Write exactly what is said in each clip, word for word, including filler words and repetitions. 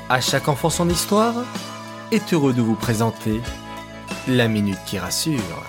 À chaque enfant son histoire est heureux de vous présenter la Minute qui rassure.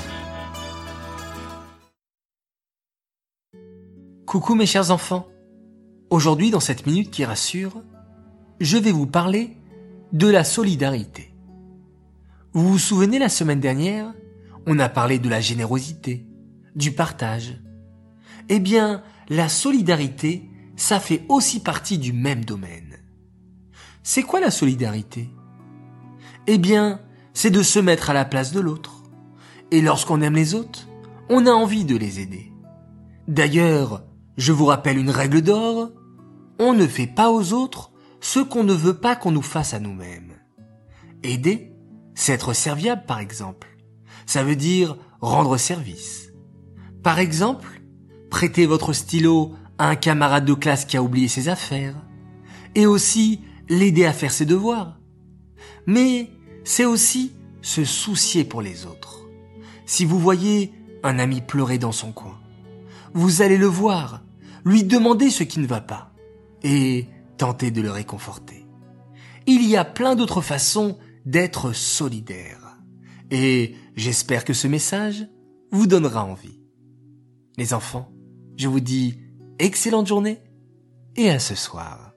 Coucou mes chers enfants. Aujourd'hui dans cette Minute qui rassure, je vais vous parler de la solidarité. Vous vous souvenez, la semaine dernière, on a parlé de la générosité, du partage. Eh bien, la solidarité, ça fait aussi partie du même domaine. C'est quoi la solidarité ? Eh bien, c'est de se mettre à la place de l'autre. Et lorsqu'on aime les autres, on a envie de les aider. D'ailleurs, je vous rappelle une règle d'or, on ne fait pas aux autres ce qu'on ne veut pas qu'on nous fasse à nous-mêmes. Aider, c'est être serviable par exemple. Ça veut dire rendre service. Par exemple, prêter votre stylo à un camarade de classe qui a oublié ses affaires. Et aussi l'aider à faire ses devoirs. Mais c'est aussi se soucier pour les autres. Si vous voyez un ami pleurer dans son coin, vous allez le voir, lui demander ce qui ne va pas et tenter de le réconforter. Il y a plein d'autres façons d'être solidaire. Et j'espère que ce message vous donnera envie. Les enfants, je vous dis excellente journée et à ce soir.